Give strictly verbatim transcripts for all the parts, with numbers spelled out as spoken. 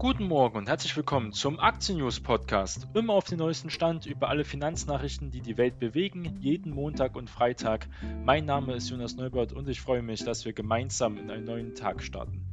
Guten Morgen und herzlich willkommen zum Aktien-News Podcast. Immer auf den neuesten Stand über alle Finanznachrichten, die die Welt bewegen, jeden Montag und Freitag. Mein Name ist Jonas Neubert und ich freue mich, dass wir gemeinsam in einen neuen Tag starten.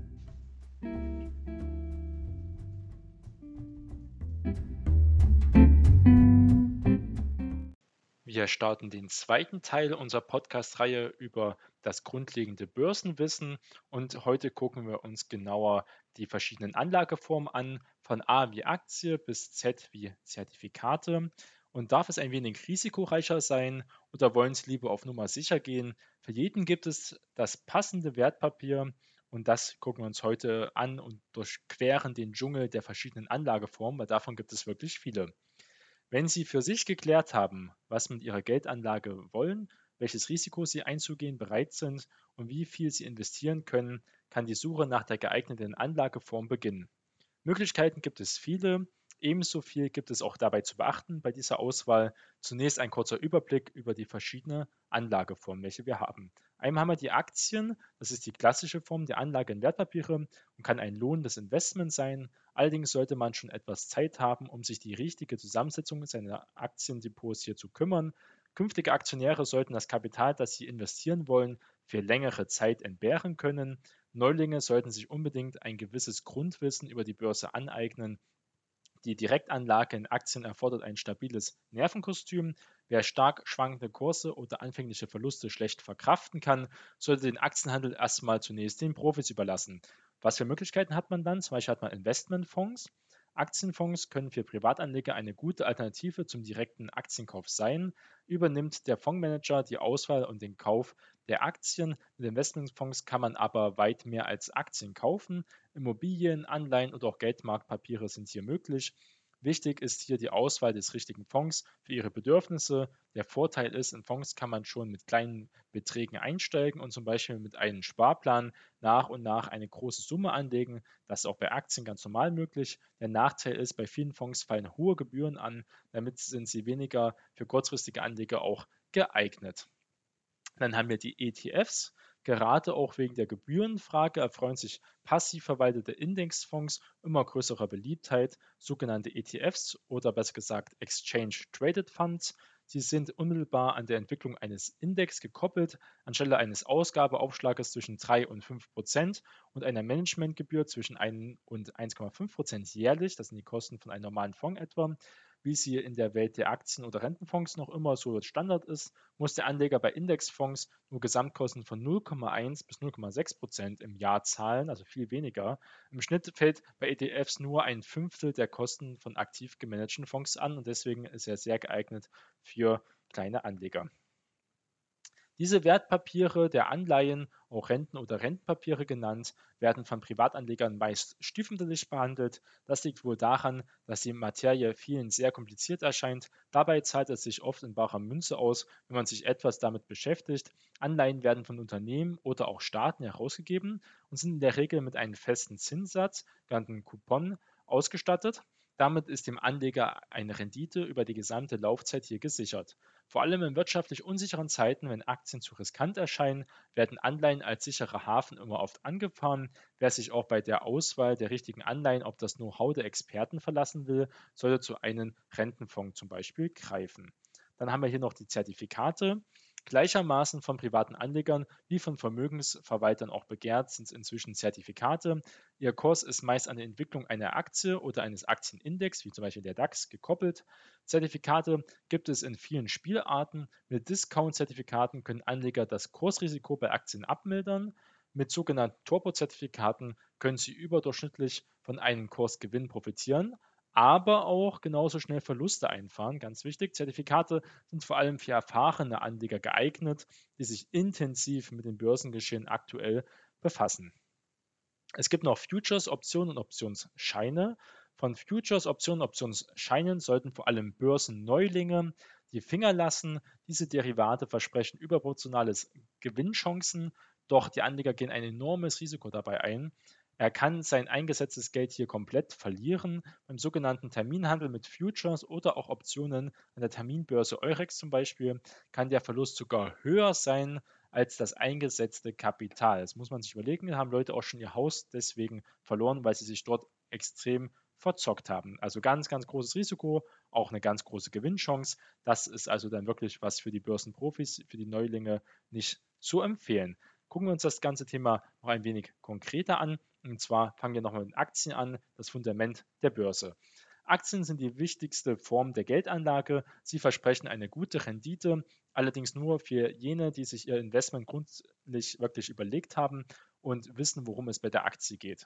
Wir starten den zweiten Teil unserer Podcast-Reihe über das grundlegende Börsenwissen und heute gucken wir uns genauer die verschiedenen Anlageformen an, von A wie Aktie bis Z wie Zertifikate. Und darf es ein wenig risikoreicher sein oder wollen Sie lieber auf Nummer sicher gehen? Für jeden gibt es das passende Wertpapier und das gucken wir uns heute an und durchqueren den Dschungel der verschiedenen Anlageformen, weil davon gibt es wirklich viele. Wenn Sie für sich geklärt haben, was mit Ihrer Geldanlage wollen, welches Risiko Sie einzugehen bereit sind und wie viel Sie investieren können, kann die Suche nach der geeigneten Anlageform beginnen. Möglichkeiten gibt es viele, ebenso viel gibt es auch dabei zu beachten bei dieser Auswahl. Zunächst ein kurzer Überblick über die verschiedenen Anlageformen, welche wir haben. Einmal haben wir die Aktien, das ist die klassische Form der Anlage in Wertpapiere und kann ein lohnendes Investment sein. Allerdings sollte man schon etwas Zeit haben, um sich die richtige Zusammensetzung seiner Aktiendepots hier zu kümmern. Künftige Aktionäre sollten das Kapital, das sie investieren wollen, für längere Zeit entbehren können. Neulinge sollten sich unbedingt ein gewisses Grundwissen über die Börse aneignen. Die Direktanlage in Aktien erfordert ein stabiles Nervenkostüm. Wer stark schwankende Kurse oder anfängliche Verluste schlecht verkraften kann, sollte den Aktienhandel erstmal zunächst den Profis überlassen. Was für Möglichkeiten hat man dann? Zum Beispiel hat man Investmentfonds. Aktienfonds können für Privatanleger eine gute Alternative zum direkten Aktienkauf sein. Übernimmt der Fondsmanager die Auswahl und den Kauf der Aktien. Mit Investmentfonds kann man aber weit mehr als Aktien kaufen. Immobilien, Anleihen oder auch Geldmarktpapiere sind hier möglich. Wichtig ist hier die Auswahl des richtigen Fonds für Ihre Bedürfnisse. Der Vorteil ist, in Fonds kann man schon mit kleinen Beträgen einsteigen und zum Beispiel mit einem Sparplan nach und nach eine große Summe anlegen. Das ist auch bei Aktien ganz normal möglich. Der Nachteil ist, bei vielen Fonds fallen hohe Gebühren an. Damit sind sie weniger für kurzfristige Anleger auch geeignet. Dann haben wir die E T Fs. Gerade auch wegen der Gebührenfrage erfreuen sich passiv verwaltete Indexfonds immer größerer Beliebtheit, sogenannte E T Fs oder besser gesagt Exchange Traded Funds. Sie sind unmittelbar an der Entwicklung eines Index gekoppelt, anstelle eines Ausgabeaufschlages zwischen drei und fünf Prozent und einer Managementgebühr zwischen eins und eins Komma fünf Prozent jährlich, das sind die Kosten von einem normalen Fonds etwa, wie sie in der Welt der Aktien- oder Rentenfonds noch immer so Standard ist, muss der Anleger bei Indexfonds nur Gesamtkosten von null Komma eins bis null Komma sechs Prozent im Jahr zahlen, also viel weniger. Im Schnitt fällt bei E T Fs nur ein Fünftel der Kosten von aktiv gemanagten Fonds an und deswegen ist er sehr geeignet für kleine Anleger. Diese Wertpapiere der Anleihen, auch Renten- oder Rentenpapiere genannt, werden von Privatanlegern meist stiefmütterlich behandelt. Das liegt wohl daran, dass die Materie vielen sehr kompliziert erscheint. Dabei zahlt es sich oft in barer Münze aus, wenn man sich etwas damit beschäftigt. Anleihen werden von Unternehmen oder auch Staaten herausgegeben und sind in der Regel mit einem festen Zinssatz, genannten Coupon, ausgestattet. Damit ist dem Anleger eine Rendite über die gesamte Laufzeit hier gesichert. Vor allem in wirtschaftlich unsicheren Zeiten, wenn Aktien zu riskant erscheinen, werden Anleihen als sicherer Hafen immer oft angefahren. Wer sich auch bei der Auswahl der richtigen Anleihen auf das Know-how der Experten verlassen will, sollte zu einem Rentenfonds zum Beispiel greifen. Dann haben wir hier noch die Zertifikate. Gleichermaßen von privaten Anlegern wie von Vermögensverwaltern auch begehrt sind inzwischen Zertifikate. Ihr Kurs ist meist an die Entwicklung einer Aktie oder eines Aktienindex, wie zum Beispiel der DAX, gekoppelt. Zertifikate gibt es in vielen Spielarten. Mit Discount-Zertifikaten können Anleger das Kursrisiko bei Aktien abmildern. Mit sogenannten Turbo-Zertifikaten können sie überdurchschnittlich von einem Kursgewinn profitieren, aber auch genauso schnell Verluste einfahren. Ganz wichtig, Zertifikate sind vor allem für erfahrene Anleger geeignet, die sich intensiv mit dem Börsengeschehen aktuell befassen. Es gibt noch Futures, Optionen und Optionsscheine. Von Futures, Optionen und Optionsscheinen sollten vor allem Börsenneulinge die Finger lassen. Diese Derivate versprechen überproportionales Gewinnchancen, doch die Anleger gehen ein enormes Risiko dabei ein. Er kann sein eingesetztes Geld hier komplett verlieren. Beim sogenannten Terminhandel mit Futures oder auch Optionen an der Terminbörse Eurex zum Beispiel kann der Verlust sogar höher sein als das eingesetzte Kapital. Das muss man sich überlegen, haben Leute auch schon ihr Haus deswegen verloren, weil sie sich dort extrem verzockt haben. Also ganz, ganz großes Risiko, auch eine ganz große Gewinnchance. Das ist also dann wirklich was für die Börsenprofis, für die Neulinge nicht zu empfehlen. Gucken wir uns das ganze Thema noch ein wenig konkreter an. Und zwar fangen wir nochmal mit Aktien an, das Fundament der Börse. Aktien sind die wichtigste Form der Geldanlage. Sie versprechen eine gute Rendite, allerdings nur für jene, die sich ihr Investment gründlich wirklich überlegt haben und wissen, worum es bei der Aktie geht.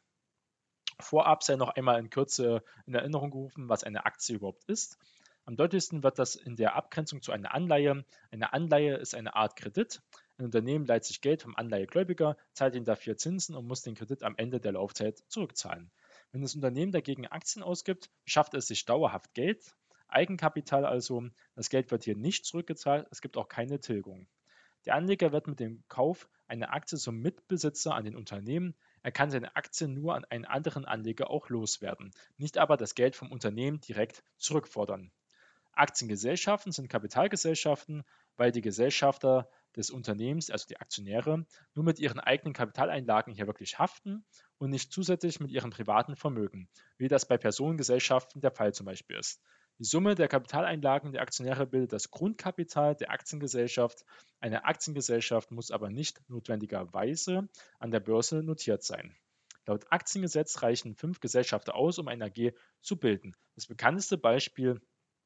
Vorab sei noch einmal in Kürze in Erinnerung gerufen, was eine Aktie überhaupt ist. Am deutlichsten wird das in der Abgrenzung zu einer Anleihe. Eine Anleihe ist eine Art Kredit. Ein Unternehmen leiht sich Geld vom Anleihegläubiger, zahlt ihm dafür Zinsen und muss den Kredit am Ende der Laufzeit zurückzahlen. Wenn das Unternehmen dagegen Aktien ausgibt, schafft es sich dauerhaft Geld, Eigenkapital also. Das Geld wird hier nicht zurückgezahlt, es gibt auch keine Tilgung. Der Anleger wird mit dem Kauf einer Aktie zum Mitbesitzer an den Unternehmen. Er kann seine Aktien nur an einen anderen Anleger auch loswerden, nicht aber das Geld vom Unternehmen direkt zurückfordern. Aktiengesellschaften sind Kapitalgesellschaften, weil die Gesellschafter des Unternehmens, also die Aktionäre, nur mit ihren eigenen Kapitaleinlagen hier wirklich haften und nicht zusätzlich mit ihrem privaten Vermögen, wie das bei Personengesellschaften der Fall zum Beispiel ist. Die Summe der Kapitaleinlagen der Aktionäre bildet das Grundkapital der Aktiengesellschaft. Eine Aktiengesellschaft muss aber nicht notwendigerweise an der Börse notiert sein. Laut Aktiengesetz reichen fünf Gesellschafter aus, um eine A G zu bilden. Das bekannteste Beispiel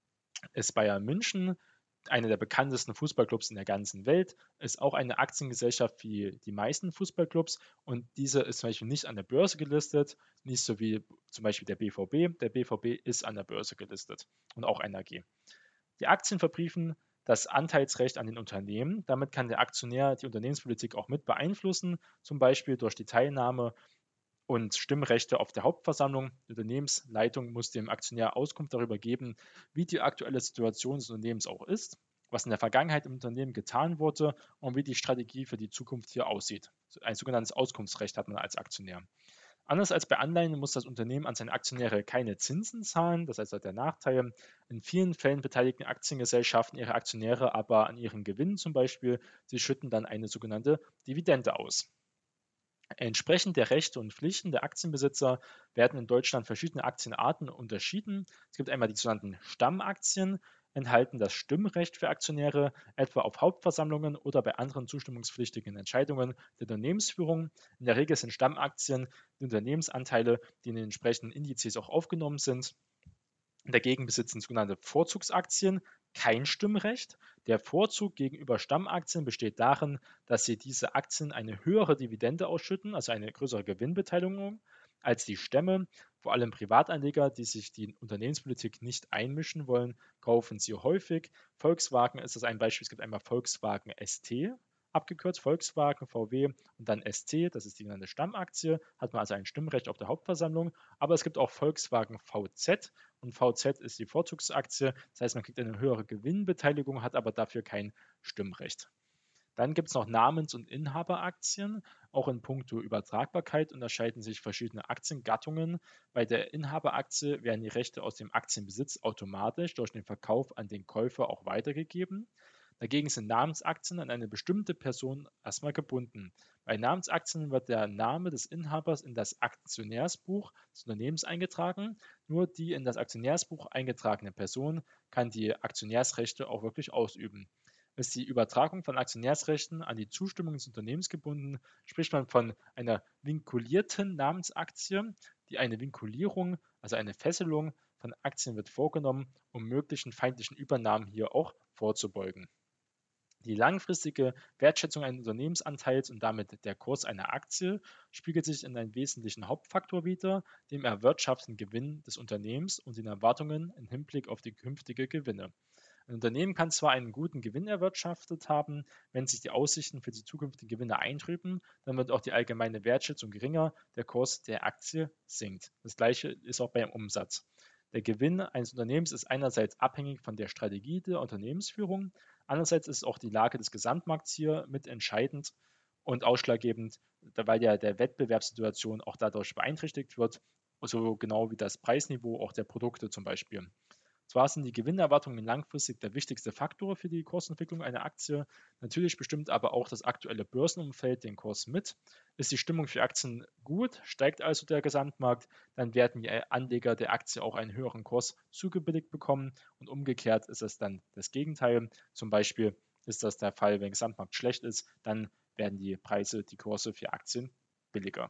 ist Bayern München, einer der bekanntesten Fußballclubs in der ganzen Welt, ist auch eine Aktiengesellschaft wie die meisten Fußballclubs und diese ist zum Beispiel nicht an der Börse gelistet, nicht so wie zum Beispiel der B V B. Der B V B ist an der Börse gelistet und auch eine A G. Die Aktien verbriefen das Anteilsrecht an den Unternehmen. Damit kann der Aktionär die Unternehmenspolitik auch mit beeinflussen, zum Beispiel durch die Teilnahme und Stimmrechte auf der Hauptversammlung. Die Unternehmensleitung muss dem Aktionär Auskunft darüber geben, wie die aktuelle Situation des Unternehmens auch ist, was in der Vergangenheit im Unternehmen getan wurde und wie die Strategie für die Zukunft hier aussieht. Ein sogenanntes Auskunftsrecht hat man als Aktionär. Anders als bei Anleihen muss das Unternehmen an seine Aktionäre keine Zinsen zahlen, das ist also der Nachteil. In vielen Fällen beteiligen Aktiengesellschaften ihre Aktionäre aber an ihren Gewinnen zum Beispiel. Sie schütten dann eine sogenannte Dividende aus. Entsprechend der Rechte und Pflichten der Aktienbesitzer werden in Deutschland verschiedene Aktienarten unterschieden. Es gibt einmal die sogenannten Stammaktien, enthalten das Stimmrecht für Aktionäre, etwa auf Hauptversammlungen oder bei anderen zustimmungspflichtigen Entscheidungen der Unternehmensführung. In der Regel sind Stammaktien die Unternehmensanteile, die in den entsprechenden Indizes auch aufgenommen sind. Dagegen besitzen sogenannte Vorzugsaktien kein Stimmrecht. Der Vorzug gegenüber Stammaktien besteht darin, dass sie diese Aktien eine höhere Dividende ausschütten, also eine größere Gewinnbeteiligung, als die Stämme. Vor allem Privatanleger, die sich die Unternehmenspolitik nicht einmischen wollen, kaufen sie häufig. Volkswagen ist das ein Beispiel. Es gibt einmal Volkswagen S T, abgekürzt Volkswagen, V W und dann S T, das ist die genannte Stammaktie, hat man also ein Stimmrecht auf der Hauptversammlung. Aber es gibt auch Volkswagen V Z und V Z ist die Vorzugsaktie. Das heißt, man kriegt eine höhere Gewinnbeteiligung, hat aber dafür kein Stimmrecht. Dann gibt es noch Namens- und Inhaberaktien. Auch in puncto Übertragbarkeit unterscheiden sich verschiedene Aktiengattungen. Bei der Inhaberaktie werden die Rechte aus dem Aktienbesitz automatisch durch den Verkauf an den Käufer auch weitergegeben. Dagegen sind Namensaktien an eine bestimmte Person erstmal gebunden. Bei Namensaktien wird der Name des Inhabers in das Aktionärsbuch des Unternehmens eingetragen. Nur die in das Aktionärsbuch eingetragene Person kann die Aktionärsrechte auch wirklich ausüben. Ist die Übertragung von Aktionärsrechten an die Zustimmung des Unternehmens gebunden, spricht man von einer vinkulierten Namensaktie. Die eine Vinkulierung, also eine Fesselung von Aktien wird vorgenommen, um möglichen feindlichen Übernahmen hier auch vorzubeugen. Die langfristige Wertschätzung eines Unternehmensanteils und damit der Kurs einer Aktie spiegelt sich in einem wesentlichen Hauptfaktor wider, dem erwirtschafteten Gewinn des Unternehmens und den Erwartungen im Hinblick auf die künftige Gewinne. Ein Unternehmen kann zwar einen guten Gewinn erwirtschaftet haben, wenn sich die Aussichten für die zukünftigen Gewinne eintrüben, dann wird auch die allgemeine Wertschätzung geringer, der Kurs der Aktie sinkt. Das gleiche ist auch beim Umsatz. Der Gewinn eines Unternehmens ist einerseits abhängig von der Strategie der Unternehmensführung, andererseits ist auch die Lage des Gesamtmarkts hier mit entscheidend und ausschlaggebend, weil ja der Wettbewerbssituation auch dadurch beeinträchtigt wird, so genau wie das Preisniveau auch der Produkte zum Beispiel. Zwar sind die Gewinnerwartungen langfristig der wichtigste Faktor für die Kursentwicklung einer Aktie, natürlich bestimmt aber auch das aktuelle Börsenumfeld den Kurs mit. Ist die Stimmung für Aktien gut, steigt also der Gesamtmarkt, dann werden die Anleger der Aktie auch einen höheren Kurs zugebilligt bekommen und umgekehrt ist es dann das Gegenteil. Zum Beispiel ist das der Fall, wenn der Gesamtmarkt schlecht ist, dann werden die Preise, die Kurse für Aktien billiger.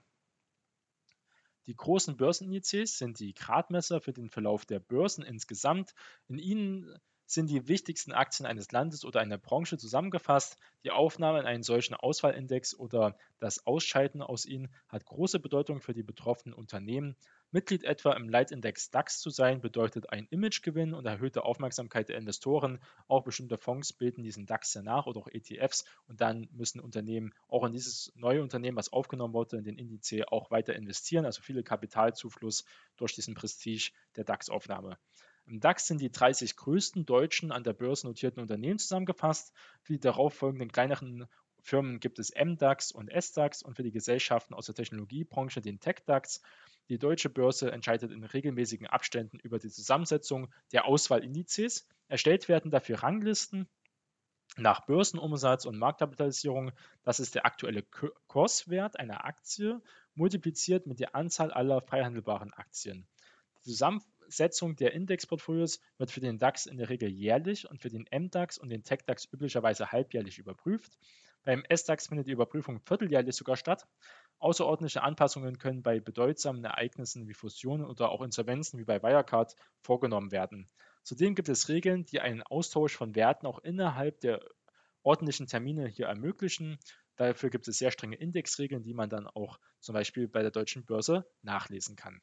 Die großen Börsenindizes sind die Gradmesser für den Verlauf der Börsen insgesamt. In ihnen sind die wichtigsten Aktien eines Landes oder einer Branche zusammengefasst. Die Aufnahme in einen solchen Auswahlindex oder das Ausscheiden aus ihnen hat große Bedeutung für die betroffenen Unternehmen. Mitglied etwa im Leitindex DAX zu sein, bedeutet einen Imagegewinn und erhöhte Aufmerksamkeit der Investoren. Auch bestimmte Fonds bilden diesen DAX ja nach oder auch E T Fs und dann müssen Unternehmen auch in dieses neue Unternehmen, was aufgenommen wurde, in den Indiz auch weiter investieren, also viele Kapitalzufluss durch diesen Prestige der DAX-Aufnahme. Im DAX sind die dreißig größten deutschen an der Börse notierten Unternehmen zusammengefasst. Für die darauffolgenden kleineren Firmen gibt es M DAX und S DAX und für die Gesellschaften aus der Technologiebranche den Tech DAX. Die deutsche Börse entscheidet in regelmäßigen Abständen über die Zusammensetzung der Auswahlindizes. Erstellt werden dafür Ranglisten nach Börsenumsatz und Marktkapitalisierung. Das ist der aktuelle Kurswert einer Aktie multipliziert mit der Anzahl aller frei handelbaren Aktien. Die Zusammensetzung der Indexportfolios wird für den DAX in der Regel jährlich und für den M DAX und den Tech DAX üblicherweise halbjährlich überprüft. Beim S DAX findet die Überprüfung vierteljährlich sogar statt. Außerordentliche Anpassungen können bei bedeutsamen Ereignissen wie Fusionen oder auch Insolvenzen wie bei Wirecard vorgenommen werden. Zudem gibt es Regeln, die einen Austausch von Werten auch innerhalb der ordentlichen Termine hier ermöglichen. Dafür gibt es sehr strenge Indexregeln, die man dann auch zum Beispiel bei der deutschen Börse nachlesen kann.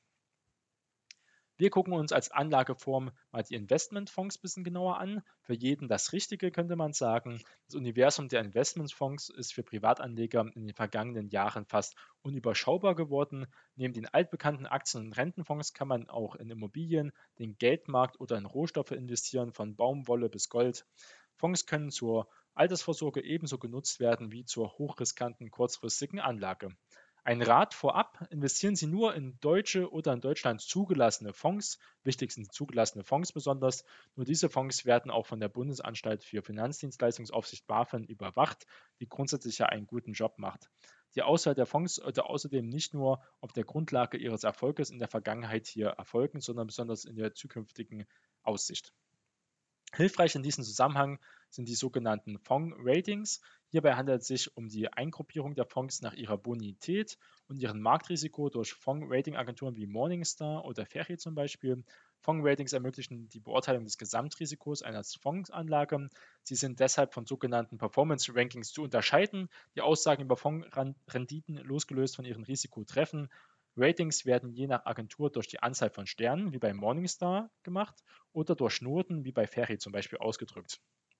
Wir gucken uns als Anlageform mal die Investmentfonds ein bisschen genauer an. Für jeden das Richtige, könnte man sagen. Das Universum der Investmentfonds ist für Privatanleger in den vergangenen Jahren fast unüberschaubar geworden. Neben den altbekannten Aktien- und Rentenfonds kann man auch in Immobilien, den Geldmarkt oder in Rohstoffe investieren, von Baumwolle bis Gold. Fonds können zur Altersvorsorge ebenso genutzt werden wie zur hochriskanten kurzfristigen Anlage. Ein Rat vorab: Investieren Sie nur in deutsche oder in Deutschland zugelassene Fonds. Wichtig sind zugelassene Fonds besonders. Nur diese Fonds werden auch von der Bundesanstalt für Finanzdienstleistungsaufsicht BaFin überwacht, die grundsätzlich ja einen guten Job macht. Die Auswahl der Fonds sollte außerdem nicht nur auf der Grundlage ihres Erfolges in der Vergangenheit hier erfolgen, sondern besonders in der zukünftigen Aussicht. Hilfreich in diesem Zusammenhang sind die sogenannten Fonds-Ratings. Hierbei handelt es sich um die Eingruppierung der Fonds nach ihrer Bonität und ihrem Marktrisiko durch Fonds-Rating-Agenturen wie Morningstar oder Ferry zum Beispiel. Fonds-Ratings ermöglichen die Beurteilung des Gesamtrisikos einer Fondsanlage. Sie sind deshalb von sogenannten Performance-Rankings zu unterscheiden, die Aussagen über Fondsrenditen losgelöst von ihrem Risiko treffen. Ratings werden je nach Agentur durch die Anzahl von Sternen, wie bei Morningstar, gemacht oder durch Noten, wie bei Ferry zum Beispiel, ausgedrückt.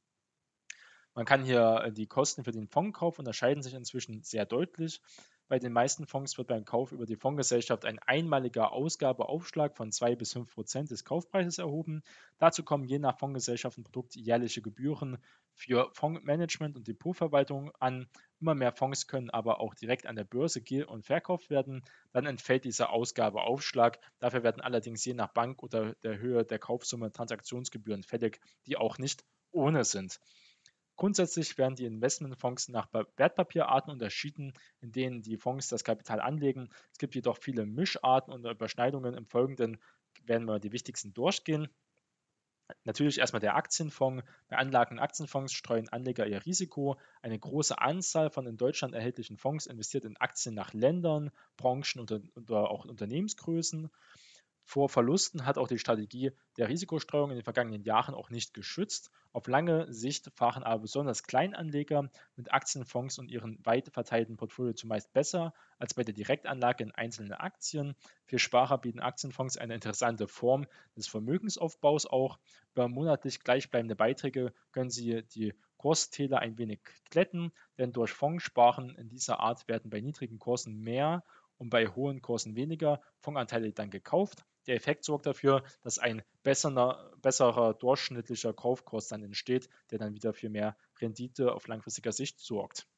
Man kann hier äh, die Kosten für den Fondskauf unterscheiden sich inzwischen sehr deutlich. Bei den meisten Fonds wird beim Kauf über die Fondsgesellschaft ein einmaliger Ausgabeaufschlag von zwei bis fünf Prozent des Kaufpreises erhoben. Dazu kommen je nach Fondsgesellschaft und Produkt jährliche Gebühren für Fondsmanagement und Depotverwaltung an. Immer mehr Fonds können aber auch direkt an der Börse ge- und verkauft werden. Dann entfällt dieser Ausgabeaufschlag. Dafür werden allerdings je nach Bank oder der Höhe der Kaufsumme Transaktionsgebühren fällig, die auch nicht ohne sind. Grundsätzlich werden die Investmentfonds nach Ba- Wertpapierarten unterschieden, in denen die Fonds das Kapital anlegen. Es gibt jedoch viele Mischarten und Überschneidungen. Im Folgenden werden wir die wichtigsten durchgehen. Natürlich erstmal der Aktienfonds. Bei Anlagen in Aktienfonds streuen Anleger ihr Risiko. Eine große Anzahl von in Deutschland erhältlichen Fonds investiert in Aktien nach Ländern, Branchen oder, oder auch Unternehmensgrößen. Vor Verlusten hat auch die Strategie der Risikostreuung in den vergangenen Jahren auch nicht geschützt. Auf lange Sicht fahren aber besonders Kleinanleger mit Aktienfonds und ihren weit verteilten Portfolio zumeist besser als bei der Direktanlage in einzelne Aktien. Für Sparer bieten Aktienfonds eine interessante Form des Vermögensaufbaus auch. Über monatlich gleichbleibende Beiträge können Sie die Kurstäler ein wenig glätten, denn durch Fondssparen in dieser Art werden bei niedrigen Kursen mehr und bei hohen Kursen weniger Fondsanteile dann gekauft. Der Effekt sorgt dafür, dass ein besserer, besserer durchschnittlicher Kaufkurs dann entsteht, der dann wieder für mehr Rendite auf langfristiger Sicht sorgt.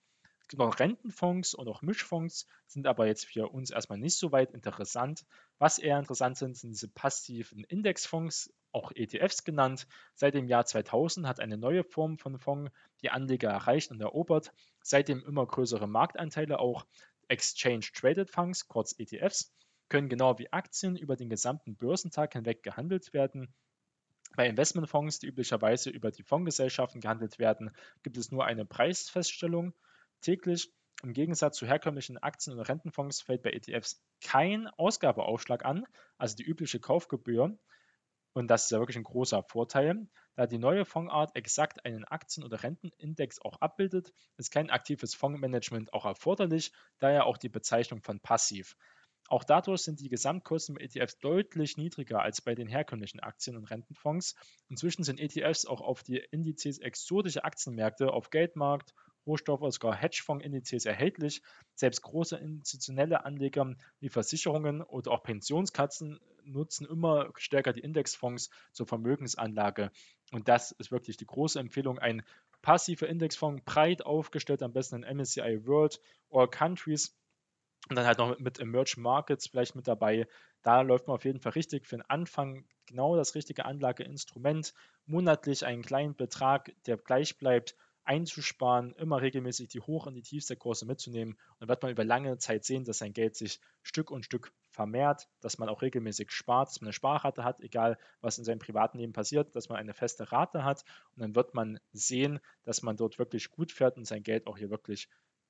Es gibt noch Rentenfonds und auch Mischfonds, sind aber jetzt für uns erstmal nicht so weit interessant. Was eher interessant sind, sind diese passiven Indexfonds, auch E T Fs genannt. Seit dem Jahr zweitausend hat eine neue Form von Fonds die Anleger erreicht und erobert. Seitdem immer größere Marktanteile, auch Exchange Traded Funds, kurz E T Fs, können genau wie Aktien über den gesamten Börsentag hinweg gehandelt werden. Bei Investmentfonds, die üblicherweise über die Fondsgesellschaften gehandelt werden, gibt es nur eine Preisfeststellung täglich. Im Gegensatz zu herkömmlichen Aktien- oder Rentenfonds fällt bei E T Fs kein Ausgabeaufschlag an, also die übliche Kaufgebühr. Und das ist ja wirklich ein großer Vorteil. Da die neue Fondsart exakt einen Aktien- oder Rentenindex auch abbildet, ist kein aktives Fondsmanagement auch erforderlich, daher auch die Bezeichnung von passiv. Auch dadurch sind die Gesamtkosten bei E T Fs deutlich niedriger als bei den herkömmlichen Aktien- und Rentenfonds. Inzwischen sind E T Fs auch auf die Indizes exotischer Aktienmärkte, auf Geldmarkt, Rohstoff- oder sogar Hedgefonds-Indizes erhältlich. Selbst große institutionelle Anleger wie Versicherungen oder auch Pensionskassen nutzen immer stärker die Indexfonds zur Vermögensanlage. Und das ist wirklich die große Empfehlung. Ein passiver Indexfonds, breit aufgestellt, am besten in M S C I World, All Countries und dann halt noch mit Emerging Markets vielleicht mit dabei. Da läuft man auf jeden Fall richtig für den Anfang genau das richtige Anlageinstrument. Monatlich einen kleinen Betrag, der gleich bleibt, einzusparen, immer regelmäßig die Hoch- und die Tiefs der Kurse mitzunehmen. Und dann wird man über lange Zeit sehen, dass sein Geld sich Stück und Stück vermehrt, dass man auch regelmäßig spart, dass man eine Sparrate hat, egal was in seinem privaten Leben passiert, dass man eine feste Rate hat. Und dann wird man sehen, dass man dort wirklich gut fährt und sein Geld auch hier wirklich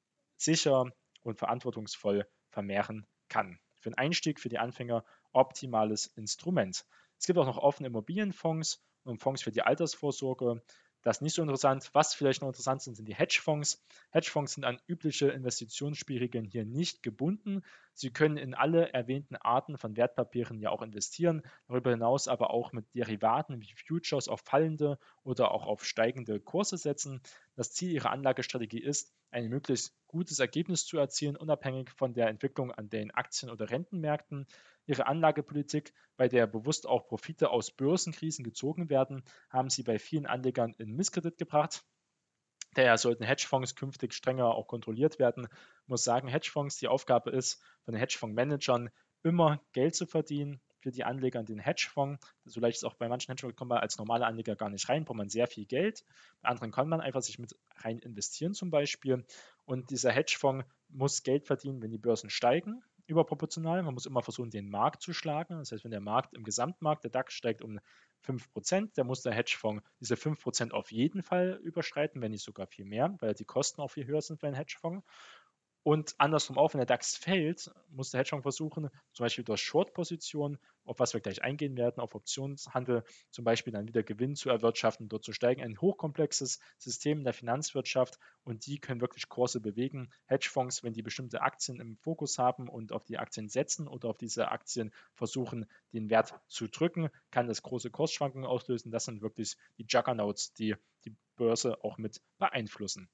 sicher und verantwortungsvoll vermehren kann. Für den Einstieg für die Anfänger optimales Instrument. Es gibt auch noch offene Immobilienfonds und Fonds für die Altersvorsorge. Das ist nicht so interessant. Was vielleicht noch interessant sind, sind die Hedgefonds. Hedgefonds sind an übliche Investitionsspielregeln hier nicht gebunden. Sie können in alle erwähnten Arten von Wertpapieren ja auch investieren, darüber hinaus aber auch mit Derivaten wie Futures auf fallende oder auch auf steigende Kurse setzen. Das Ziel ihrer Anlagestrategie ist, ein möglichst gutes Ergebnis zu erzielen, unabhängig von der Entwicklung an den Aktien- oder Rentenmärkten. Ihre Anlagepolitik, bei der bewusst auch Profite aus Börsenkrisen gezogen werden, haben sie bei vielen Anlegern in Misskredit gebracht. Daher sollten Hedgefonds künftig strenger auch kontrolliert werden. Ich muss sagen, Hedgefonds, die Aufgabe ist, von den Hedgefondsmanagern immer Geld zu verdienen für die Anleger in den Hedgefonds. So leicht ist auch bei manchen Hedgefonds, kommt man als normaler Anleger gar nicht rein, braucht man sehr viel Geld. Bei anderen kann man einfach sich mit rein investieren zum Beispiel. Und dieser Hedgefonds muss Geld verdienen, wenn die Börsen steigen, überproportional. Man muss immer versuchen, den Markt zu schlagen. Das heißt, wenn der Markt im Gesamtmarkt, der DAX steigt um fünf Prozent, dann muss der Hedgefonds diese fünf Prozent auf jeden Fall überschreiten, wenn nicht sogar viel mehr, weil die Kosten auch viel höher sind für einen Hedgefonds. Und andersrum auch, wenn der DAX fällt, muss der Hedgefonds versuchen, zum Beispiel durch Short-Positionen, auf was wir gleich eingehen werden, auf Optionshandel zum Beispiel dann wieder Gewinn zu erwirtschaften, dort zu steigen. Ein hochkomplexes System in der Finanzwirtschaft und die können wirklich Kurse bewegen. Hedgefonds, wenn die bestimmte Aktien im Fokus haben und auf die Aktien setzen oder auf diese Aktien versuchen, den Wert zu drücken, kann das große Kursschwankungen auslösen. Das sind wirklich die Juggernauts, die die Börse auch mit beeinflussen.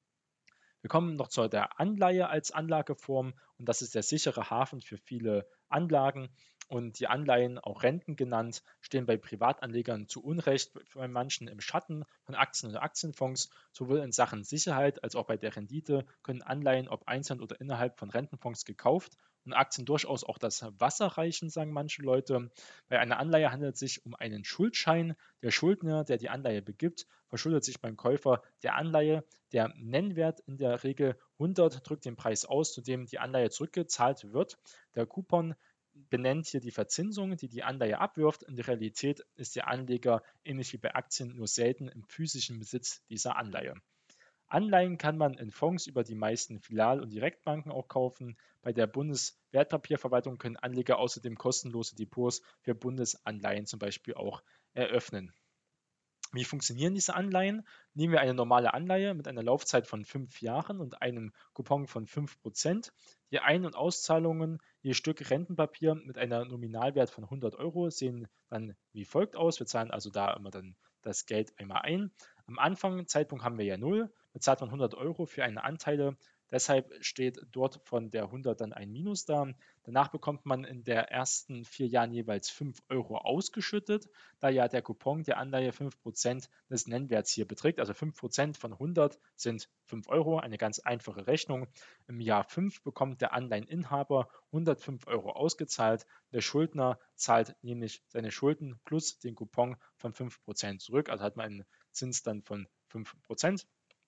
Wir kommen noch zu der Anleihe als Anlageform und das ist der sichere Hafen für viele Anlagen. Und die Anleihen, auch Renten genannt, stehen bei Privatanlegern zu Unrecht bei manchen im Schatten von Aktien oder Aktienfonds. Sowohl in Sachen Sicherheit als auch bei der Rendite können Anleihen, ob einzeln oder innerhalb von Rentenfonds, gekauft und Aktien durchaus auch das Wasser reichen, sagen manche Leute. Bei einer Anleihe handelt es sich um einen Schuldschein. Der Schuldner, der die Anleihe begibt, verschuldet sich beim Käufer der Anleihe. Der Nennwert in der Regel hundert drückt den Preis aus, zu dem die Anleihe zurückgezahlt wird. Der Coupon benennt hier die Verzinsung, die die Anleihe abwirft. In der Realität ist der Anleger ähnlich wie bei Aktien nur selten im physischen Besitz dieser Anleihe. Anleihen kann man in Fonds über die meisten Filial- und Direktbanken auch kaufen. Bei der Bundeswertpapierverwaltung können Anleger außerdem kostenlose Depots für Bundesanleihen zum Beispiel auch eröffnen. Wie funktionieren diese Anleihen? Nehmen wir eine normale Anleihe mit einer Laufzeit von fünf Jahren und einem Coupon von fünf Prozent. Die Ein- und Auszahlungen je Stück Rentenpapier mit einer Nominalwert von hundert Euro sehen dann wie folgt aus. Wir zahlen also da immer dann das Geld einmal ein. Am Anfang, Zeitpunkt haben wir ja null, bezahlt man hundert Euro für eine Anteile Deshalb steht dort von der hundert dann ein Minus da. Danach bekommt man in der ersten vier Jahren jeweils fünf Euro ausgeschüttet, da ja der Coupon der Anleihe fünf Prozent des Nennwerts hier beträgt. Also fünf Prozent von hundert sind fünf Euro, eine ganz einfache Rechnung. Im Jahr fünf bekommt der Anleiheninhaber hundertfünf Euro ausgezahlt. Der Schuldner zahlt nämlich seine Schulden plus den Coupon von fünf Prozent zurück. Also hat man einen Zins dann von fünf Prozent.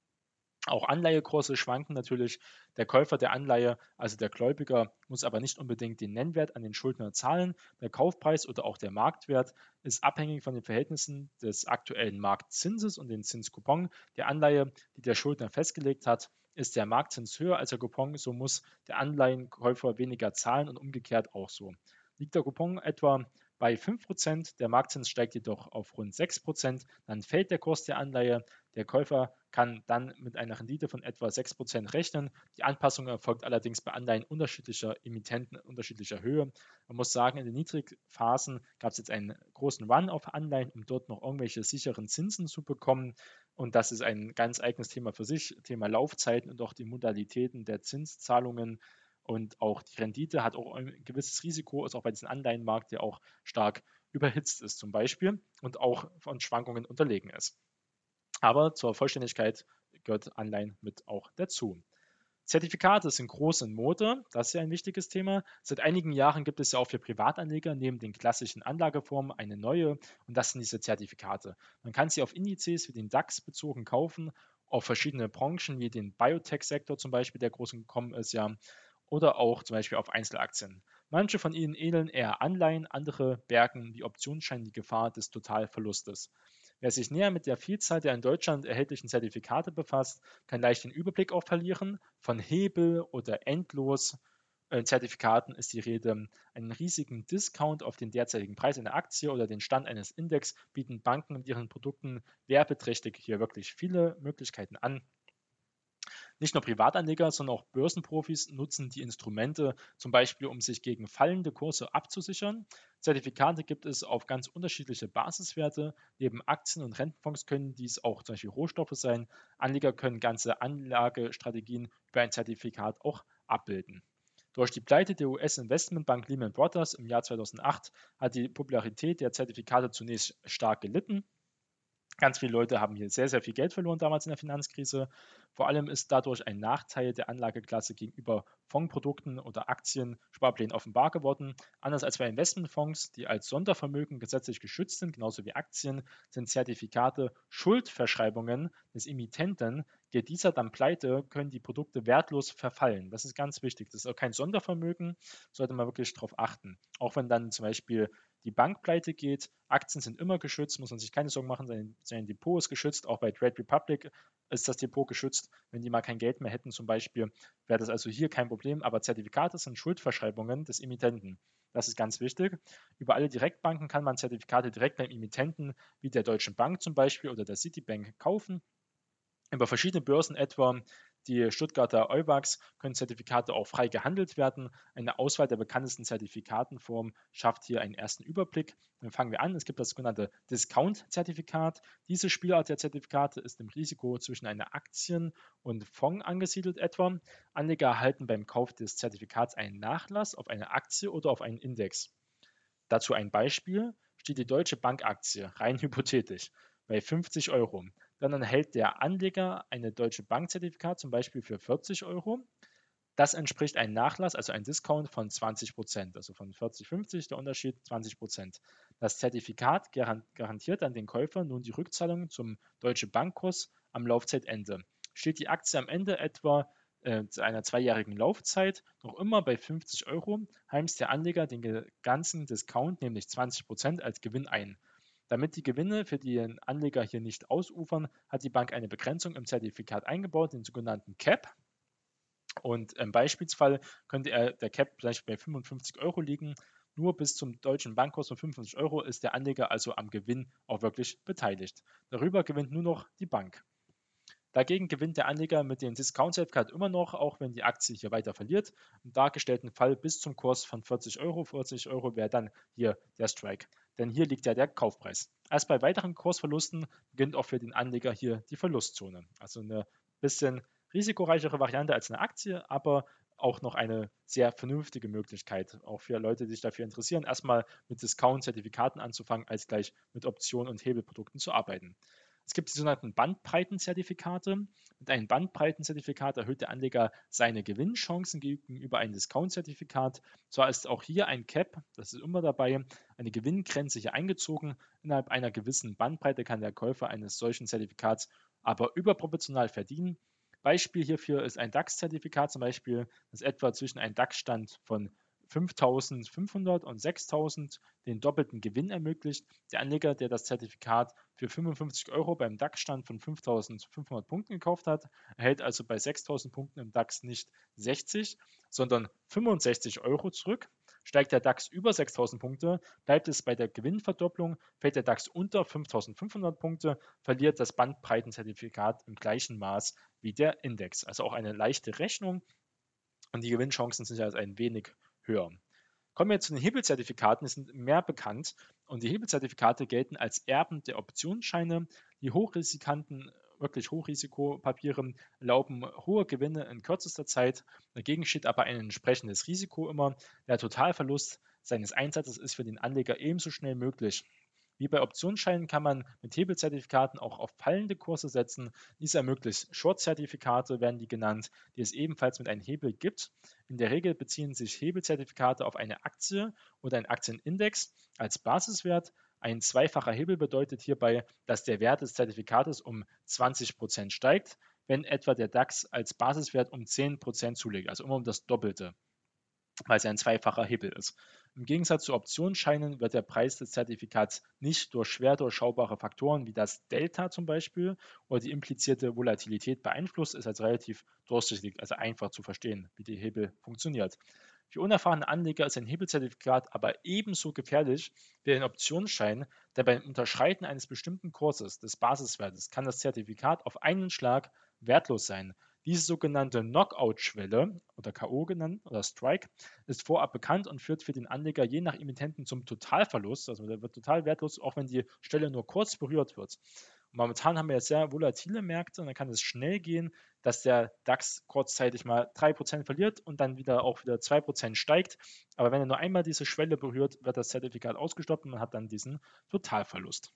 Auch Anleihekurse schwanken natürlich. Der Käufer der Anleihe, also der Gläubiger, muss aber nicht unbedingt den Nennwert an den Schuldner zahlen. Der Kaufpreis oder auch der Marktwert ist abhängig von den Verhältnissen des aktuellen Marktzinses und den Zinscoupon der Anleihe, die der Schuldner festgelegt hat. Ist der Marktzins höher als der Coupon, so muss der Anleihenkäufer weniger zahlen und umgekehrt auch so. Liegt der Coupon etwa bei fünf Prozent, der Marktzins steigt jedoch auf rund sechs Prozent, dann fällt der Kurs der Anleihe. Der Käufer kann dann mit einer Rendite von etwa sechs Prozent rechnen. Die Anpassung erfolgt allerdings bei Anleihen unterschiedlicher Emittenten in unterschiedlicher Höhe. Man muss sagen, in den Niedrigphasen gab es jetzt einen großen Run auf Anleihen, um dort noch irgendwelche sicheren Zinsen zu bekommen. Und das ist ein ganz eigenes Thema für sich, Thema Laufzeiten und auch die Modalitäten der Zinszahlungen. Und auch die Rendite hat auch ein gewisses Risiko, ist auch bei diesem Anleihenmarkt, der auch stark überhitzt ist zum Beispiel und auch von Schwankungen unterlegen ist. Aber zur Vollständigkeit gehört Anleihen mit auch dazu. Zertifikate sind groß in Mode, das ist ja ein wichtiges Thema. Seit einigen Jahren gibt es ja auch für Privatanleger neben den klassischen Anlageformen eine neue und das sind diese Zertifikate. Man kann sie auf Indizes wie den DAX bezogen kaufen, auf verschiedene Branchen wie den Biotech-Sektor zum Beispiel, der groß gekommen ist, ja, oder auch zum Beispiel auf Einzelaktien. Manche von ihnen ähneln eher Anleihen, andere bergen die Optionsscheine die Gefahr des Totalverlustes. Wer sich näher mit der Vielzahl der in Deutschland erhältlichen Zertifikate befasst, kann leicht den Überblick auch verlieren. Von Hebel oder endlos äh, Zertifikaten ist die Rede. Einen riesigen Discount auf den derzeitigen Preis einer Aktie oder den Stand eines Index bieten Banken mit ihren Produkten werbeträchtig hier wirklich viele Möglichkeiten an. Nicht nur Privatanleger, sondern auch Börsenprofis nutzen die Instrumente, zum Beispiel um sich gegen fallende Kurse abzusichern. Zertifikate gibt es auf ganz unterschiedliche Basiswerte. Neben Aktien und Rentenfonds können dies auch zum Beispiel Rohstoffe sein. Anleger können ganze Anlagestrategien über ein Zertifikat auch abbilden. Durch die Pleite der U S-Investmentbank Lehman Brothers im Jahr zweitausendacht hat die Popularität der Zertifikate zunächst stark gelitten. Ganz viele Leute haben hier sehr, sehr viel Geld verloren damals in der Finanzkrise. Vor allem ist dadurch ein Nachteil der Anlageklasse gegenüber Fondsprodukten oder Aktien, Sparplänen offenbar geworden. Anders als bei Investmentfonds, die als Sondervermögen gesetzlich geschützt sind, genauso wie Aktien, sind Zertifikate Schuldverschreibungen des Emittenten. Geht dieser dann pleite, können die Produkte wertlos verfallen. Das ist ganz wichtig. Das ist auch kein Sondervermögen, sollte man wirklich darauf achten. Auch wenn dann zum Beispiel die Bank pleite geht, Aktien sind immer geschützt, muss man sich keine Sorgen machen, sein, sein Depot ist geschützt, auch bei Trade Republic ist das Depot geschützt. Wenn die mal kein Geld mehr hätten zum Beispiel, wäre das also hier kein Problem, aber Zertifikate sind Schuldverschreibungen des Emittenten. Das ist ganz wichtig. Über alle Direktbanken kann man Zertifikate direkt beim Emittenten, wie der Deutschen Bank zum Beispiel oder der Citibank, kaufen. Über verschiedene Börsen, etwa die Stuttgarter Euwax, können Zertifikate auch frei gehandelt werden. Eine Auswahl der bekanntesten Zertifikatenformen schafft hier einen ersten Überblick. Dann fangen wir an. Es gibt das sogenannte Discount-Zertifikat. Diese Spielart der Zertifikate ist im Risiko zwischen einer Aktien- und Fonds angesiedelt etwa. Anleger erhalten beim Kauf des Zertifikats einen Nachlass auf eine Aktie oder auf einen Index. Dazu ein Beispiel: Steht die Deutsche Bank-Aktie, rein hypothetisch, bei fünfzig Euro, dann erhält der Anleger eine Deutsche Bank-Zertifikat zum Beispiel für vierzig Euro. Das entspricht einem Nachlass, also ein Discount von zwanzig Prozent, also von vierzig, fünfzig, der Unterschied zwanzig Prozent. Das Zertifikat garantiert an den Käufer nun die Rückzahlung zum Deutsche Bankkurs am Laufzeitende. Steht die Aktie am Ende etwa äh, zu einer zweijährigen Laufzeit noch immer bei fünfzig Euro, heimst der Anleger den ganzen Discount, nämlich zwanzig Prozent, als Gewinn ein. Damit die Gewinne für den Anleger hier nicht ausufern, hat die Bank eine Begrenzung im Zertifikat eingebaut, den sogenannten Cap. Und im Beispielsfall könnte er, der Cap vielleicht bei fünfundfünfzig Euro liegen. Nur bis zum deutschen Bankkurs von fünfundfünfzig Euro ist der Anleger also am Gewinn auch wirklich beteiligt. Darüber gewinnt nur noch die Bank. Dagegen gewinnt der Anleger mit dem Discount-Zertifikat immer noch, auch wenn die Aktie hier weiter verliert. Im dargestellten Fall bis zum Kurs von vierzig Euro. vierzig Euro wäre dann hier der Strike. Denn hier liegt ja der Kaufpreis. Erst bei weiteren Kursverlusten beginnt auch für den Anleger hier die Verlustzone. Also eine bisschen risikoreichere Variante als eine Aktie, aber auch noch eine sehr vernünftige Möglichkeit, auch für Leute, die sich dafür interessieren, erstmal mit Discount-Zertifikaten anzufangen, als gleich mit Optionen und Hebelprodukten zu arbeiten. Es gibt die sogenannten Bandbreitenzertifikate. Mit einem Bandbreitenzertifikat erhöht der Anleger seine Gewinnchancen gegenüber einem Discount-Zertifikat. Zwar ist auch hier ein Cap, das ist immer dabei, eine Gewinngrenze hier eingezogen. Innerhalb einer gewissen Bandbreite kann der Käufer eines solchen Zertifikats aber überproportional verdienen. Beispiel hierfür ist ein DAX-Zertifikat zum Beispiel, das etwa zwischen einem DAX-Stand von fünftausendfünfhundert und sechstausend den doppelten Gewinn ermöglicht. Der Anleger, der das Zertifikat für fünfundfünfzig Euro beim DAX-Stand von fünftausendfünfhundert Punkten gekauft hat, erhält also bei sechstausend Punkten im DAX nicht sechzig, sondern fünfundsechzig Euro zurück. Steigt der DAX über sechstausend Punkte, bleibt es bei der Gewinnverdopplung. Fällt der DAX unter fünftausendfünfhundert Punkte, verliert das Bandbreitenzertifikat im gleichen Maß wie der Index. Also auch eine leichte Rechnung und die Gewinnchancen sind ja also ein wenig höher. Kommen wir zu den Hebelzertifikaten, die sind mehr bekannt und die Hebelzertifikate gelten als Erben der Optionsscheine. Die hochriskanten, wirklich Hochrisikopapiere erlauben hohe Gewinne in kürzester Zeit. Dagegen steht aber ein entsprechendes Risiko immer. Der Totalverlust seines Einsatzes ist für den Anleger ebenso schnell möglich. Wie bei Optionsscheinen kann man mit Hebelzertifikaten auch auf fallende Kurse setzen. Dies ermöglicht Short-Zertifikate, werden die genannt, die es ebenfalls mit einem Hebel gibt. In der Regel beziehen sich Hebelzertifikate auf eine Aktie oder einen Aktienindex als Basiswert. Ein zweifacher Hebel bedeutet hierbei, dass der Wert des Zertifikates um zwanzig Prozent steigt, wenn etwa der DAX als Basiswert um zehn Prozent zulegt, also immer um das Doppelte, weil es ja ein zweifacher Hebel ist. Im Gegensatz zu Optionsscheinen wird der Preis des Zertifikats nicht durch schwer durchschaubare Faktoren wie das Delta zum Beispiel oder die implizierte Volatilität beeinflusst, ist also relativ durchsichtig, also einfach zu verstehen, wie der Hebel funktioniert. Für unerfahrene Anleger ist ein Hebelzertifikat aber ebenso gefährlich wie ein Optionsschein, denn beim Unterschreiten eines bestimmten Kurses des Basiswertes kann das Zertifikat auf einen Schlag wertlos sein. Diese sogenannte Knockout-Schwelle oder K O genannt oder Strike ist vorab bekannt und führt für den Anleger je nach Emittenten zum Totalverlust. Also der wird total wertlos, auch wenn die Stelle nur kurz berührt wird. Und momentan haben wir jetzt sehr volatile Märkte und dann kann es schnell gehen, dass der DAX kurzzeitig mal drei Prozent verliert und dann wieder auch wieder zwei Prozent steigt. Aber wenn er nur einmal diese Schwelle berührt, wird das Zertifikat ausgestoppt und man hat dann diesen Totalverlust.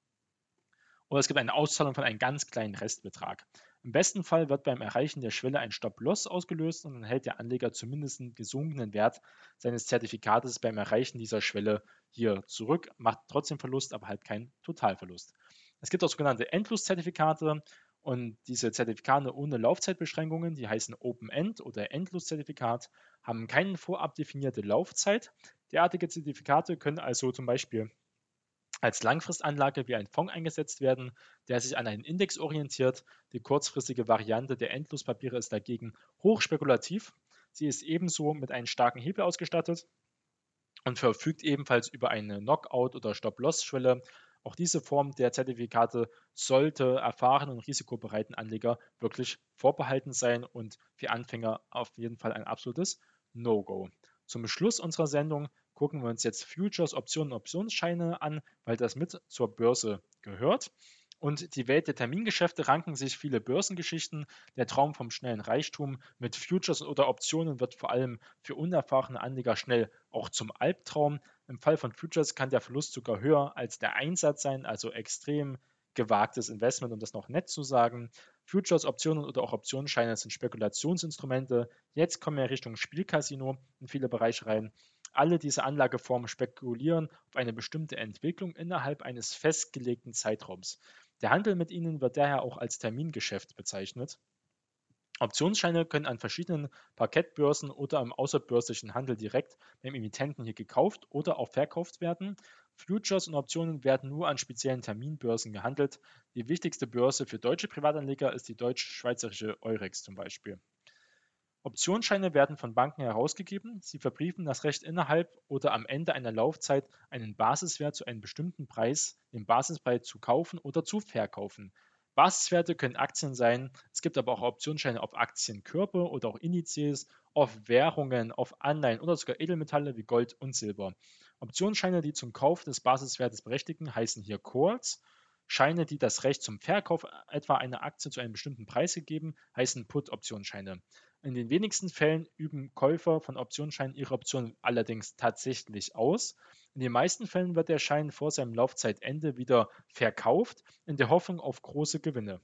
Oder es gibt eine Auszahlung von einem ganz kleinen Restbetrag. Im besten Fall wird beim Erreichen der Schwelle ein Stop-Loss ausgelöst und dann hält der Anleger zumindest den gesunkenen Wert seines Zertifikates beim Erreichen dieser Schwelle hier zurück, macht trotzdem Verlust, aber halt keinen Totalverlust. Es gibt auch sogenannte Endlos-Zertifikate und diese Zertifikate ohne Laufzeitbeschränkungen, die heißen Open-End oder Endlos-Zertifikat, haben keine vorab definierte Laufzeit. Derartige Zertifikate können also zum Beispiel als Langfristanlage wie ein Fonds eingesetzt werden, der sich an einen Index orientiert. Die kurzfristige Variante der Endlospapiere ist dagegen hochspekulativ. Sie ist ebenso mit einem starken Hebel ausgestattet und verfügt ebenfalls über eine Knockout- oder Stop-Loss-Schwelle. Auch diese Form der Zertifikate sollte erfahrenen und risikobereiten Anleger wirklich vorbehalten sein und für Anfänger auf jeden Fall ein absolutes No-Go. Zum Schluss unserer Sendung gucken wir uns jetzt Futures, Optionen und Optionsscheine an, weil das mit zur Börse gehört. Und die Welt der Termingeschäfte ranken sich viele Börsengeschichten. Der Traum vom schnellen Reichtum mit Futures oder Optionen wird vor allem für unerfahrene Anleger schnell auch zum Albtraum. Im Fall von Futures kann der Verlust sogar höher als der Einsatz sein, also extrem gewagtes Investment, um das noch nett zu sagen. Futures, Optionen oder auch Optionsscheine sind Spekulationsinstrumente. Jetzt kommen wir Richtung Spielcasino in viele Bereiche rein. Alle diese Anlageformen spekulieren auf eine bestimmte Entwicklung innerhalb eines festgelegten Zeitraums. Der Handel mit ihnen wird daher auch als Termingeschäft bezeichnet. Optionsscheine können an verschiedenen Parkettbörsen oder im außerbörslichen Handel direkt beim Emittenten hier gekauft oder auch verkauft werden. Futures und Optionen werden nur an speziellen Terminbörsen gehandelt. Die wichtigste Börse für deutsche Privatanleger ist die deutsch-schweizerische Eurex zum Beispiel. Optionsscheine werden von Banken herausgegeben. Sie verbriefen das Recht innerhalb oder am Ende einer Laufzeit einen Basiswert zu einem bestimmten Preis, den Basispreis zu kaufen oder zu verkaufen. Basiswerte können Aktien sein, es gibt aber auch Optionsscheine auf Aktienkörper oder auch Indizes, auf Währungen, auf Anleihen oder sogar Edelmetalle wie Gold und Silber. Optionsscheine, die zum Kauf des Basiswertes berechtigen, heißen hier Calls. Scheine, die das Recht zum Verkauf etwa einer Aktie zu einem bestimmten Preis gegeben, heißen Put-Optionsscheine. In den wenigsten Fällen üben Käufer von Optionsscheinen ihre Option allerdings tatsächlich aus. In den meisten Fällen wird der Schein vor seinem Laufzeitende wieder verkauft, in der Hoffnung auf große Gewinne.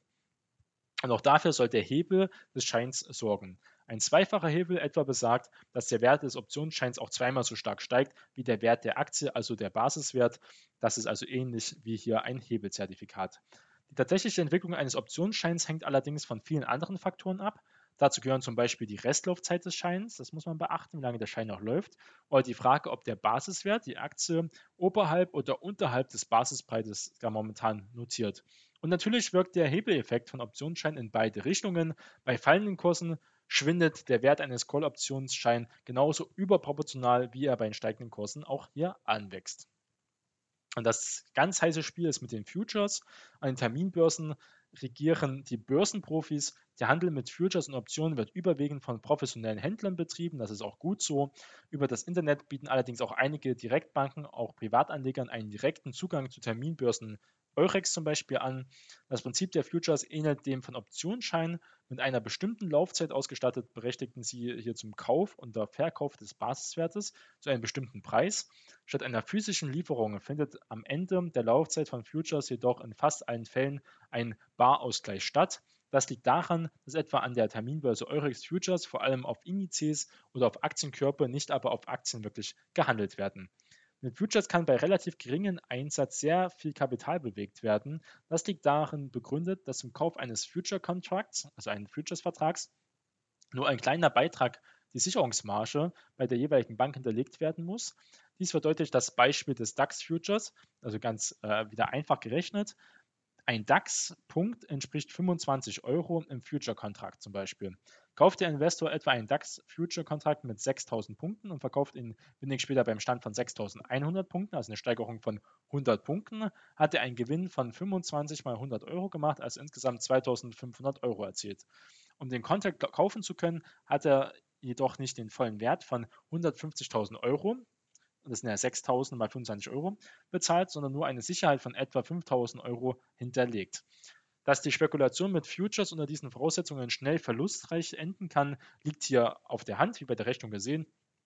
Und auch dafür soll der Hebel des Scheins sorgen. Ein zweifacher Hebel etwa besagt, dass der Wert des Optionsscheins auch zweimal so stark steigt wie der Wert der Aktie, also der Basiswert. Das ist also ähnlich wie hier ein Hebelzertifikat. Die tatsächliche Entwicklung eines Optionsscheins hängt allerdings von vielen anderen Faktoren ab. Dazu gehören zum Beispiel die Restlaufzeit des Scheins, das muss man beachten, wie lange der Schein noch läuft, oder die Frage, ob der Basiswert, die Aktie, oberhalb oder unterhalb des Basispreises gar momentan notiert. Und natürlich wirkt der Hebeleffekt von Optionsscheinen in beide Richtungen. Bei fallenden Kursen schwindet der Wert eines Call-Optionsscheins genauso überproportional, wie er bei steigenden Kursen auch hier anwächst. Und das ganz heiße Spiel ist mit den Futures. An den Terminbörsen regieren die Börsenprofis. Der Handel mit Futures und Optionen wird überwiegend von professionellen Händlern betrieben. Das ist auch gut so. Über das Internet bieten allerdings auch einige Direktbanken auch Privatanlegern einen direkten Zugang zu Terminbörsen Eurex zum Beispiel an. Das Prinzip der Futures ähnelt dem von Optionsscheinen. Mit einer bestimmten Laufzeit ausgestattet berechtigten sie hier zum Kauf und der Verkauf des Basiswertes zu einem bestimmten Preis. Statt einer physischen Lieferung findet am Ende der Laufzeit von Futures jedoch in fast allen Fällen ein Barausgleich statt. Das liegt daran, dass etwa an der Terminbörse Eurex Futures vor allem auf Indizes oder auf Aktienkörper, nicht aber auf Aktien wirklich gehandelt werden. Mit Futures kann bei relativ geringem Einsatz sehr viel Kapital bewegt werden. Das liegt darin begründet, dass zum Kauf eines Future Contracts, also eines Futures-Vertrags, nur ein kleiner Beitrag, die Sicherungsmarge, bei der jeweiligen Bank hinterlegt werden muss. Dies verdeutlicht das Beispiel des DAX Futures, also ganz äh, wieder einfach gerechnet. Ein DAX-Punkt entspricht fünfundzwanzig Euro im Future-Kontrakt zum Beispiel. Kauft der Investor etwa einen DAX-Future-Kontrakt mit sechstausend Punkten und verkauft ihn wenig später beim Stand von sechstausendeinhundert Punkten, also eine Steigerung von hundert Punkten, hat er einen Gewinn von fünfundzwanzig mal hundert Euro gemacht, also insgesamt zweitausendfünfhundert Euro erzielt. Um den Contract kaufen zu können, hat er jedoch nicht den vollen Wert von hundertfünfzigtausend Euro, das sind ja sechstausend mal fünfundzwanzig Euro, bezahlt, sondern nur eine Sicherheit von etwa fünftausend Euro hinterlegt. Dass die Spekulation mit Futures unter diesen Voraussetzungen schnell verlustreich enden kann, liegt hier auf der Hand, wie bei der Rechnung gesehen.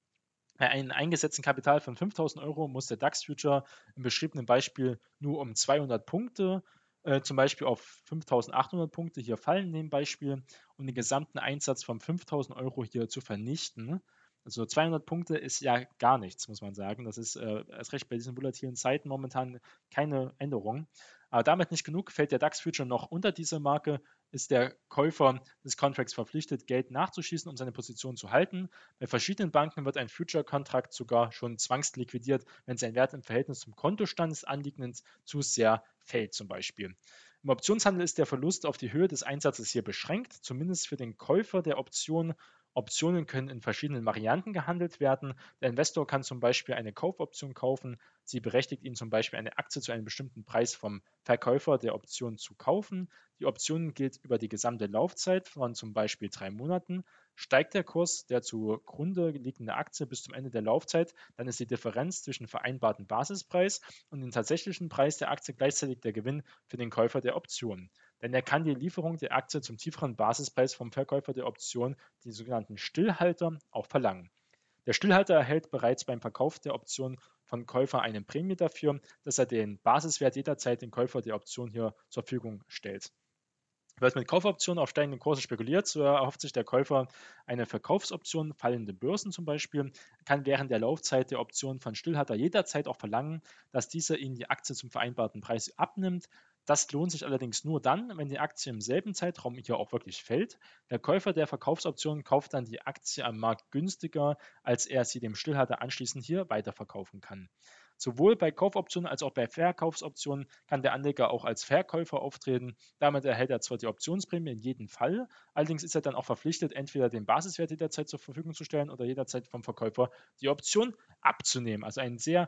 Bei einem eingesetzten Kapital von fünftausend Euro muss der DAX-Future im beschriebenen Beispiel nur um zweihundert Punkte, äh, zum Beispiel auf fünftausendachthundert Punkte hier fallen in dem Beispiel, um den gesamten Einsatz von fünftausend Euro hier zu vernichten. Also zweihundert Punkte ist ja gar nichts, muss man sagen. Das ist äh, erst recht bei diesen volatilen Zeiten momentan keine Änderung. Aber damit nicht genug, fällt der DAX-Future noch unter diese Marke, ist der Käufer des Contracts verpflichtet, Geld nachzuschießen, um seine Position zu halten. Bei verschiedenen Banken wird ein Future-Kontrakt sogar schon zwangsliquidiert, wenn sein Wert im Verhältnis zum Kontostand des Anliegenden zu sehr fällt zum Beispiel. Im Optionshandel ist der Verlust auf die Höhe des Einsatzes hier beschränkt, zumindest für den Käufer der Option. Optionen können in verschiedenen Varianten gehandelt werden. Der Investor kann zum Beispiel eine Kaufoption kaufen. Sie berechtigt ihn zum Beispiel, eine Aktie zu einem bestimmten Preis vom Verkäufer der Option zu kaufen. Die Option gilt über die gesamte Laufzeit von zum Beispiel drei Monaten. Steigt der Kurs der zugrunde liegenden Aktie bis zum Ende der Laufzeit, dann ist die Differenz zwischen vereinbarten Basispreis und dem tatsächlichen Preis der Aktie gleichzeitig der Gewinn für den Käufer der Option. Denn er kann die Lieferung der Aktie zum tieferen Basispreis vom Verkäufer der Option, die sogenannten Stillhalter, auch verlangen. Der Stillhalter erhält bereits beim Verkauf der Option von Käufer eine Prämie dafür, dass er den Basiswert jederzeit dem Käufer der Option hier zur Verfügung stellt. Wird mit Kaufoptionen auf steigende Kurse spekuliert, so erhofft sich der Käufer eine Verkaufsoption, fallende Börsen zum Beispiel, kann während der Laufzeit der Option von Stillhalter jederzeit auch verlangen, dass dieser ihnen die Aktie zum vereinbarten Preis abnimmt. Das lohnt sich allerdings nur dann, wenn die Aktie im selben Zeitraum hier auch wirklich fällt. Der Käufer der Verkaufsoption kauft dann die Aktie am Markt günstiger, als er sie dem Stillhalter anschließend hier weiterverkaufen kann. Sowohl bei Kaufoptionen als auch bei Verkaufsoptionen kann der Anleger auch als Verkäufer auftreten. Damit erhält er zwar die Optionsprämie in jedem Fall, allerdings ist er dann auch verpflichtet, entweder den Basiswert jederzeit zur Verfügung zu stellen oder jederzeit vom Verkäufer die Option abzunehmen. Also ein sehr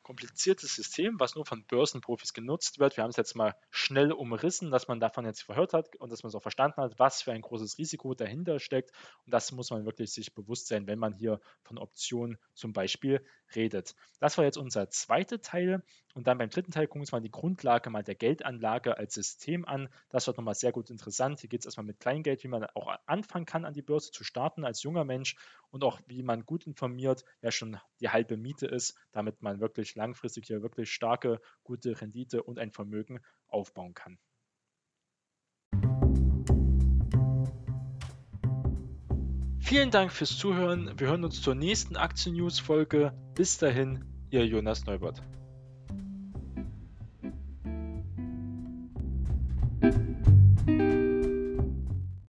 kompliziertes System, was nur von Börsenprofis genutzt wird. Wir haben es jetzt mal schnell umrissen, dass man davon jetzt gehört hat und dass man es auch verstanden hat, was für ein großes Risiko dahinter steckt. Und das muss man wirklich sich bewusst sein, wenn man hier von Optionen zum Beispiel redet. Das war jetzt unser zweiter Teil. Und dann beim dritten Teil gucken wir uns mal die Grundlage mal der Geldanlage als System an. Das wird nochmal sehr gut interessant. Hier geht es erstmal mit Kleingeld, wie man auch anfangen kann, an die Börse zu starten als junger Mensch und auch wie man gut informiert, ja schon die halbe Miete ist, damit man wirklich langfristig hier wirklich starke, gute Rendite und ein Vermögen aufbauen kann. Vielen Dank fürs Zuhören. Wir hören uns zur nächsten Aktien-News-Folge. Bis dahin, Ihr Jonas Neubert.